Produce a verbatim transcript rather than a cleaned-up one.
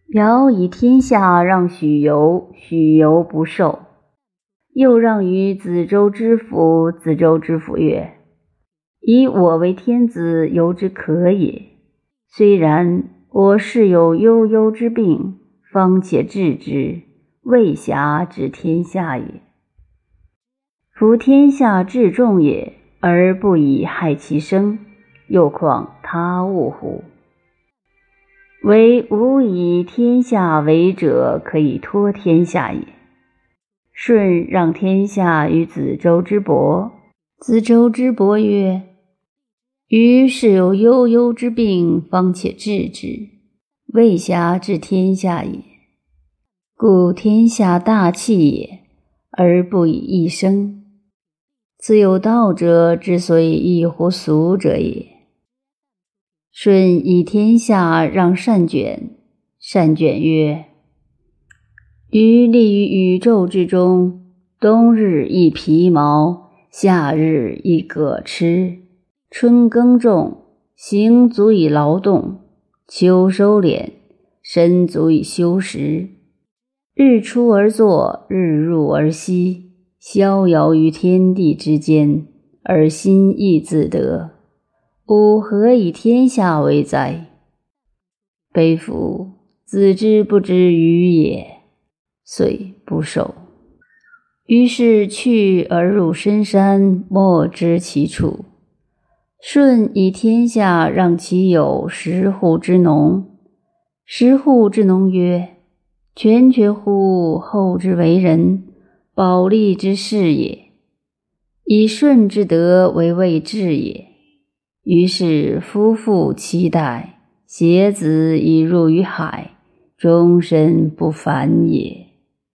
尧以天下让许由，许由不受。又让于子周之府，子周之府曰：以我为天子，由之可也。虽然，我事有悠悠之病，方且治之，未暇治天下也。夫天下至重也，而不以害其生，又况他物乎？唯吾以天下为者，可以托天下也。舜让天下于子周之伯，子周之伯曰：余是有悠悠之病，方且治之，未暇治天下也。故天下大器也，而不以一生。此有道者之所以异乎俗者也。舜以天下让善卷，善卷曰：余立于宇宙之中，冬日一皮毛，夏日一葛螭，春耕种，行足以劳动，秋收敛，身足以修食。日出而作，日入而息，逍遥于天地之间，而心亦自得。吾何以天下为哉？悲夫！子之不知鱼也，遂不受。于是去而入深山，莫知其处。舜以天下让其有十户之农。十户之农曰：全绝乎后之为人，保利之事也。以舜之德为未至也。于是夫妇七代，携子以入于海，终身不返也。